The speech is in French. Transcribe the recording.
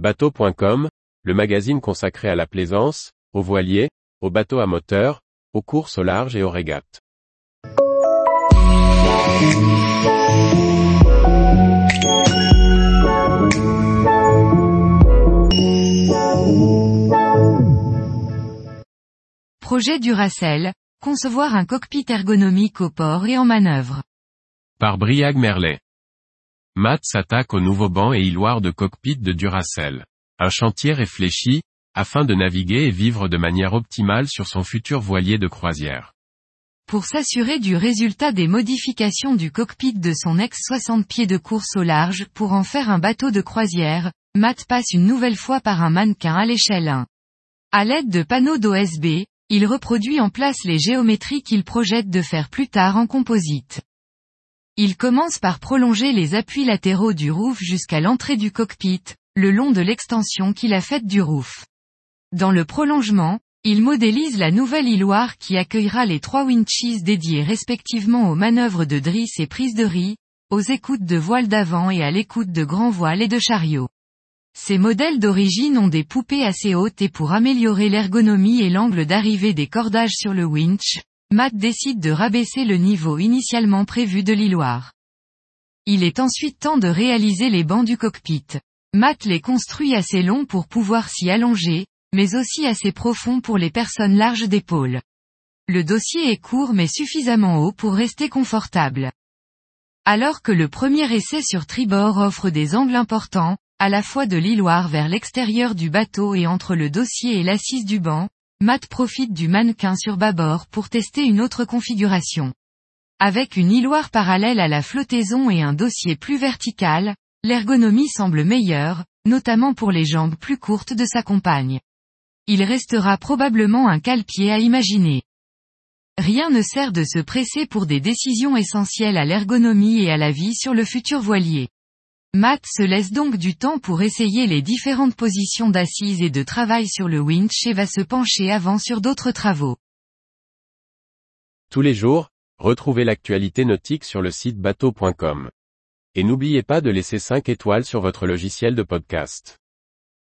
Bateau.com, le magazine consacré à la plaisance, aux voiliers, aux bateaux à moteur, aux courses au large et aux régates. Projet Duracell, concevoir un cockpit ergonomique au port et en manœuvre. Par Briag Merlet. Matt s'attaque au nouveau banc et hiloire de cockpit de Duracell. Un chantier réfléchi, afin de naviguer et vivre de manière optimale sur son futur voilier de croisière. Pour s'assurer du résultat des modifications du cockpit de son ex-60 pieds de course au large pour en faire un bateau de croisière, Matt passe une nouvelle fois par un mannequin à l'échelle 1. À l'aide de panneaux d'OSB, il reproduit en place les géométries qu'il projette de faire plus tard en composite. Il commence par prolonger les appuis latéraux du roof jusqu'à l'entrée du cockpit, le long de l'extension qu'il a faite du roof. Dans le prolongement, il modélise la nouvelle hiloire qui accueillera les 3 winches dédiés respectivement aux manœuvres de drisse et prise de riz, aux écoutes de voile d'avant et à l'écoute de grand voile et de chariot. Ces modèles d'origine ont des poupées assez hautes et pour améliorer l'ergonomie et l'angle d'arrivée des cordages sur le winch, Matt décide de rabaisser le niveau initialement prévu de l'hiloire. Il est ensuite temps de réaliser les bancs du cockpit. Matt les construit assez longs pour pouvoir s'y allonger, mais aussi assez profonds pour les personnes larges d'épaules. Le dossier est court mais suffisamment haut pour rester confortable. Alors que le premier essai sur tribord offre des angles importants, à la fois de l'hiloire vers l'extérieur du bateau et entre le dossier et l'assise du banc, Matt profite du mannequin sur bâbord pour tester une autre configuration. Avec une hiloire parallèle à la flottaison et un dossier plus vertical, l'ergonomie semble meilleure, notamment pour les jambes plus courtes de sa compagne. Il restera probablement un cale-pied à imaginer. Rien ne sert de se presser pour des décisions essentielles à l'ergonomie et à la vie sur le futur voilier. Matt se laisse donc du temps pour essayer les différentes positions d'assise et de travail sur le winch et va se pencher avant sur d'autres travaux. Tous les jours, retrouvez l'actualité nautique sur le site bateau.com. Et n'oubliez pas de laisser 5 étoiles sur votre logiciel de podcast.